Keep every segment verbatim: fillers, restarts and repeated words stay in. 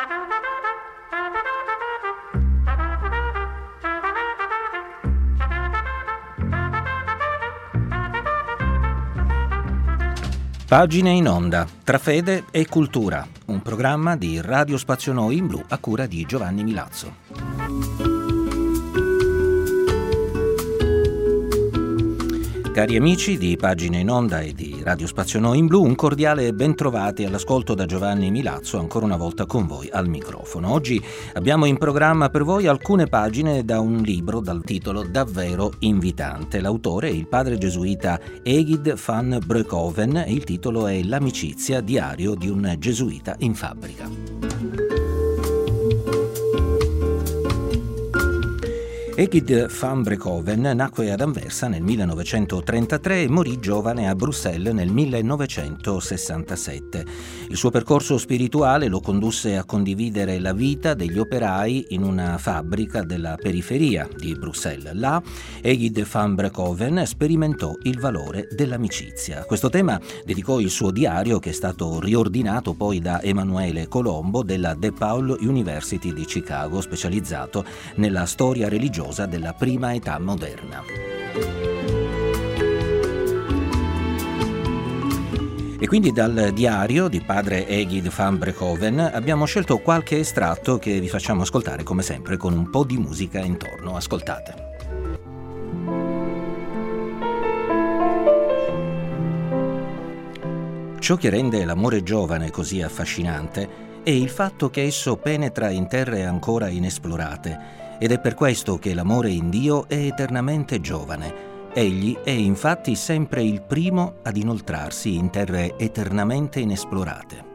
Pagine in onda, tra fede e cultura, un programma di Radio Spazio Noi in Blu a cura di Giovanni Milazzo. Cari amici di Pagine in Onda e di Radio Spazio Noi in Blu, un cordiale bentrovati all'ascolto da Giovanni Milazzo, ancora una volta con voi al microfono. Oggi abbiamo in programma per voi alcune pagine da un libro dal titolo davvero invitante. L'autore è il padre gesuita Egid van Breukhoven e il titolo è L'amicizia, diario di un gesuita in fabbrica. Egid van Breukhoven nacque ad Anversa nel millenovecentotrentatré e morì giovane a Bruxelles nel millenovecentosessantasette. Il suo percorso spirituale lo condusse a condividere la vita degli operai in una fabbrica della periferia di Bruxelles. Là, Egid van Breukhoven sperimentò il valore dell'amicizia. A questo tema dedicò il suo diario, che è stato riordinato poi da Emanuele Colombo della DePaul University di Chicago, specializzato nella storia religiosa della prima età moderna. E quindi dal diario di padre Egid van Breukhoven abbiamo scelto qualche estratto che vi facciamo ascoltare come sempre con un po' di musica intorno. Ascoltate. Ciò che rende l'amore giovane così affascinante è il fatto che esso penetra in terre ancora inesplorate. Ed è per questo che l'amore in Dio è eternamente giovane. Egli è infatti sempre il primo ad inoltrarsi in terre eternamente inesplorate.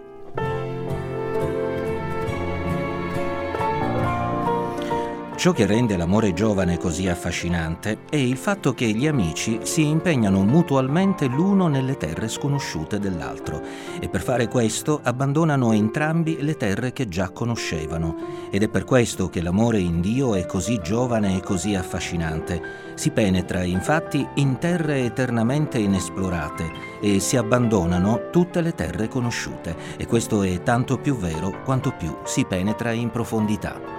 Ciò che rende l'amore giovane così affascinante è il fatto che gli amici si impegnano mutualmente l'uno nelle terre sconosciute dell'altro e per fare questo abbandonano entrambi le terre che già conoscevano. Ed è per questo che l'amore in Dio è così giovane e così affascinante. Si penetra infatti in terre eternamente inesplorate e si abbandonano tutte le terre conosciute, e questo è tanto più vero quanto più si penetra in profondità.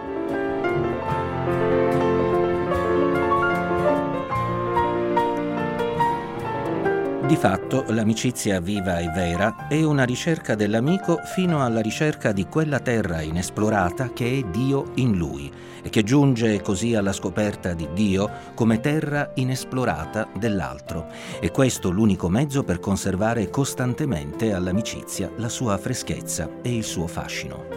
Di fatto, l'amicizia viva e vera è una ricerca dell'amico fino alla ricerca di quella terra inesplorata che è Dio in lui e che giunge così alla scoperta di Dio come terra inesplorata dell'altro. E questo l'unico mezzo per conservare costantemente all'amicizia la sua freschezza e il suo fascino.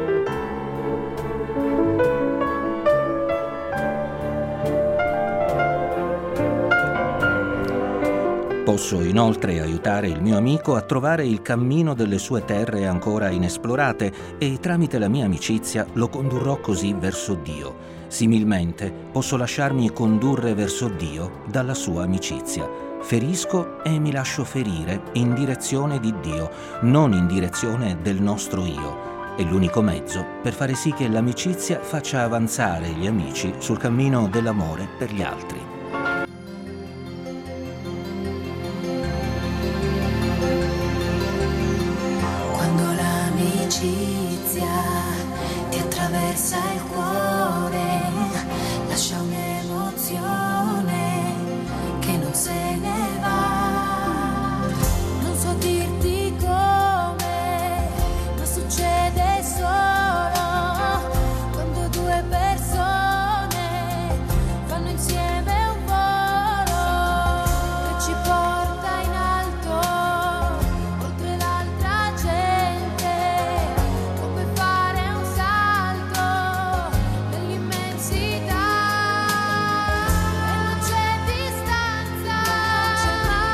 Posso inoltre aiutare il mio amico a trovare il cammino delle sue terre ancora inesplorate e tramite la mia amicizia lo condurrò così verso Dio. Similmente posso lasciarmi condurre verso Dio dalla sua amicizia. Ferisco e mi lascio ferire in direzione di Dio, non in direzione del nostro io. È l'unico mezzo per fare sì che l'amicizia faccia avanzare gli amici sul cammino dell'amore per gli altri. Ti attraversa il cuore, lascia un'emozione che non se ne va. Non so dirti come, ma succede solo quando due persone fanno insieme un volo che ci porta in alto, oltre l'altra gente. C'è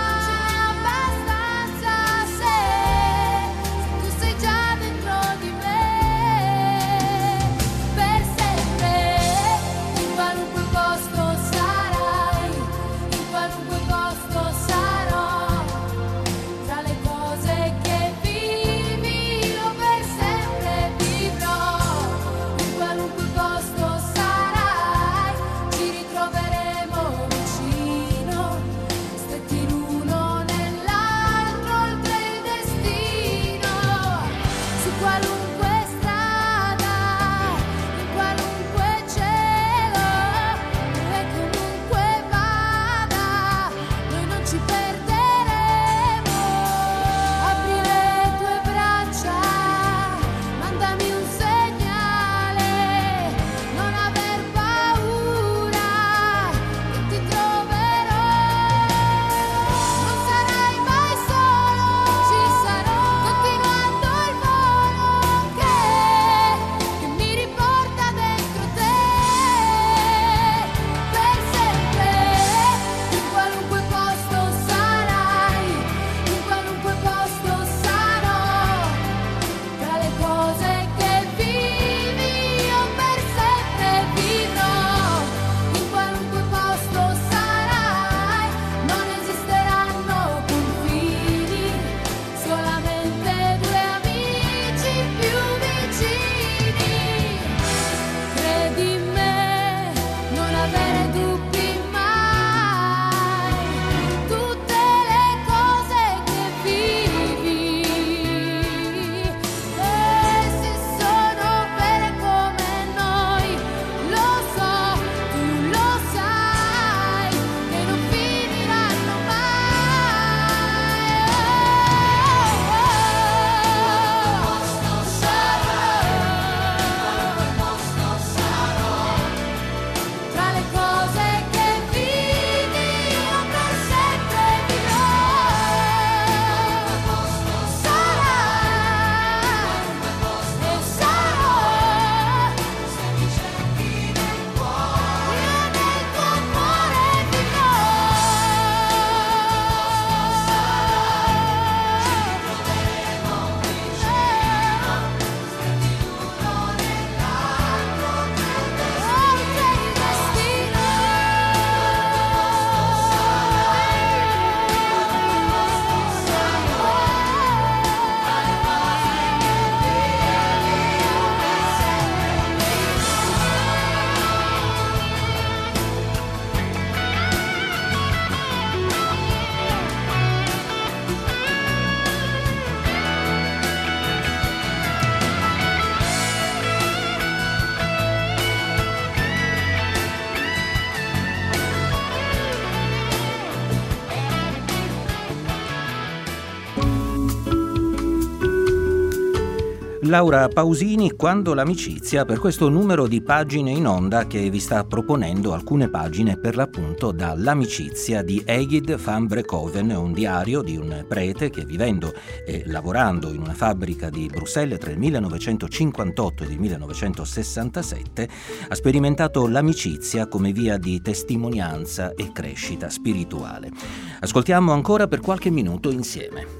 Laura Pausini, Quando l'amicizia, per questo numero di pagine in onda che vi sta proponendo alcune pagine per l'appunto dall'amicizia di Egid van Breukhoven, un diario di un prete che, vivendo e lavorando in una fabbrica di Bruxelles tra il millenovecentocinquantotto ed il millenovecentosessantasette, ha sperimentato l'amicizia come via di testimonianza e crescita spirituale. Ascoltiamo ancora per qualche minuto insieme.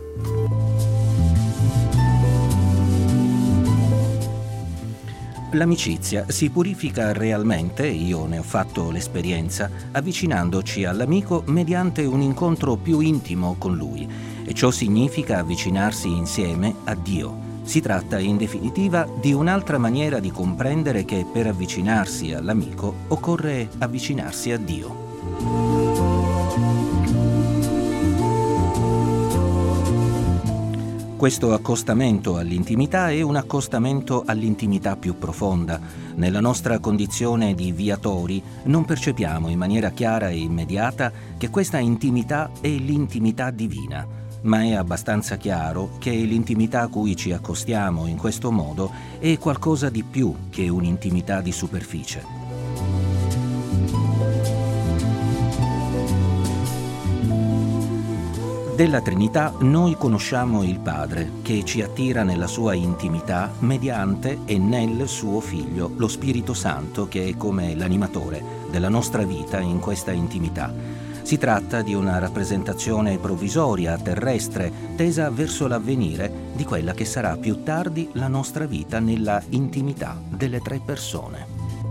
L'amicizia si purifica realmente, io ne ho fatto l'esperienza, avvicinandoci all'amico mediante un incontro più intimo con lui, e ciò significa avvicinarsi insieme a Dio. Si tratta in definitiva di un'altra maniera di comprendere che per avvicinarsi all'amico occorre avvicinarsi a Dio. Questo accostamento all'intimità è un accostamento all'intimità più profonda. Nella nostra condizione di viatori non percepiamo in maniera chiara e immediata che questa intimità è l'intimità divina, ma è abbastanza chiaro che l'intimità a cui ci accostiamo in questo modo è qualcosa di più che un'intimità di superficie. Della Trinità noi conosciamo il Padre, che ci attira nella sua intimità mediante e nel suo Figlio, lo Spirito Santo, che è come l'animatore della nostra vita in questa intimità. Si tratta di una rappresentazione provvisoria, terrestre, tesa verso l'avvenire di quella che sarà più tardi la nostra vita nella intimità delle tre persone.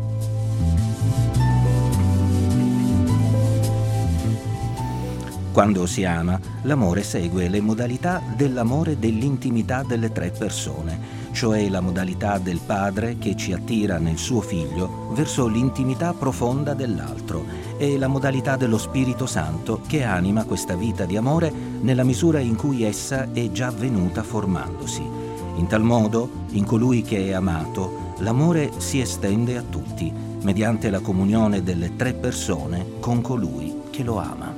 Quando si ama, l'amore segue le modalità dell'amore dell'intimità delle tre persone, cioè la modalità del padre che ci attira nel suo figlio verso l'intimità profonda dell'altro e la modalità dello Spirito Santo che anima questa vita di amore nella misura in cui essa è già venuta formandosi. In tal modo, in colui che è amato, l'amore si estende a tutti, mediante la comunione delle tre persone con colui che lo ama.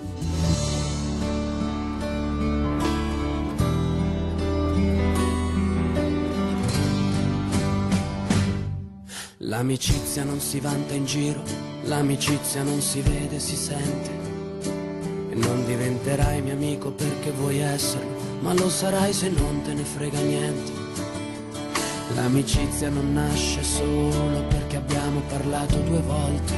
L'amicizia non si vanta in giro, l'amicizia non si vede, si sente. E non diventerai mio amico perché vuoi esserlo, ma lo sarai se non te ne frega niente. L'amicizia non nasce solo perché abbiamo parlato due volte.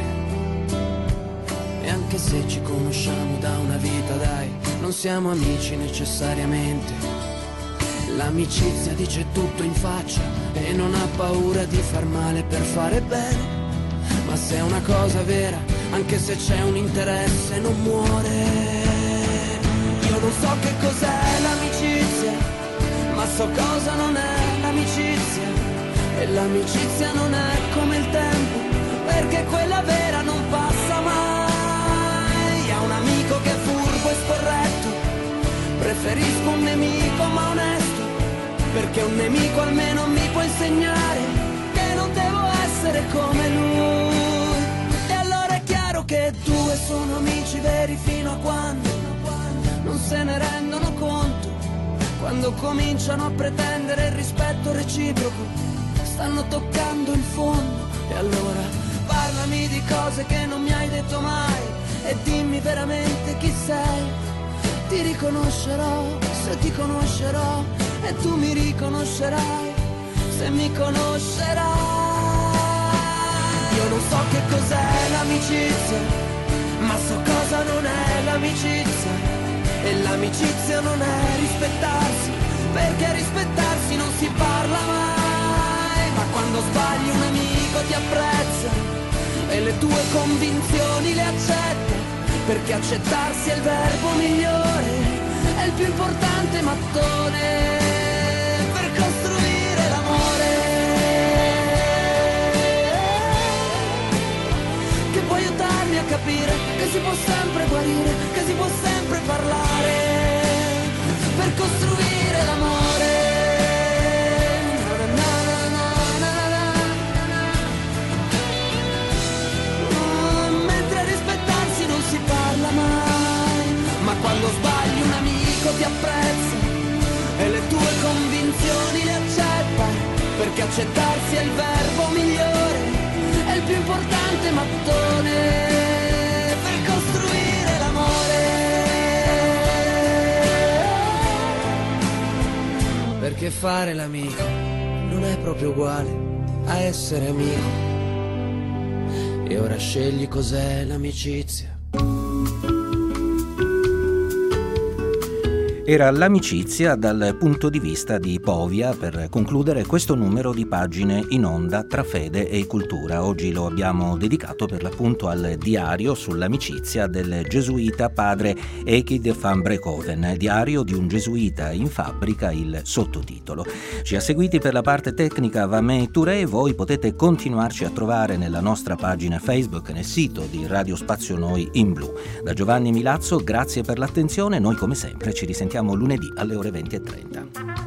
E anche se ci conosciamo da una vita, dai, non siamo amici necessariamente. L'amicizia dice tutto in faccia e non ha paura di far male per fare bene. Ma se è una cosa vera, anche se c'è un interesse, non muore. Io non so che cos'è l'amicizia, ma so cosa non è l'amicizia. E l'amicizia non è come il tempo, perché quella vera non passa mai. Ha un amico che è furbo e scorretto, preferisco un nemico ma onesto, perché un nemico almeno mi può insegnare che non devo essere come lui. E allora è chiaro che due sono amici veri fino a quando non se ne rendono conto. Quando cominciano a pretendere il rispetto reciproco, stanno toccando il fondo. E allora parlami di cose che non mi hai detto mai e dimmi veramente chi sei. Ti riconoscerò se ti conoscerò e tu mi riconoscerai se mi conoscerai. Io non so che cos'è l'amicizia, ma so cosa non è l'amicizia. E l'amicizia non è rispettarsi, perché a rispettarsi non si parla mai. Ma quando sbagli un amico ti apprezza e le tue convinzioni le accetta, perché accettarsi è il verbo migliore, è il più importante mattone per costruire l'amore. Che può aiutarmi a capire che si può sempre guarire, che si può sempre parlare per costruire l'amore. Mentre a rispettarsi non si parla mai, ma quando sbagli un amico ti apprezza e le tue il verbo migliore, è il più importante mattone per costruire l'amore. Perché fare l'amico non è proprio uguale a essere amico. E ora scegli cos'è l'amicizia. Era l'amicizia dal punto di vista di Povia per concludere questo numero di pagine in onda tra fede e cultura. Oggi lo abbiamo dedicato per l'appunto al diario sull'amicizia del gesuita padre Echid van Breukhoven, diario di un gesuita in fabbrica, il sottotitolo. Ci ha seguiti per la parte tecnica Vamè Touré, voi potete continuarci a trovare nella nostra pagina Facebook e nel sito di Radio Spazio Noi in blu. Da Giovanni Milazzo, grazie per l'attenzione, noi come sempre ci risentiamo lunedì alle ore venti e trenta.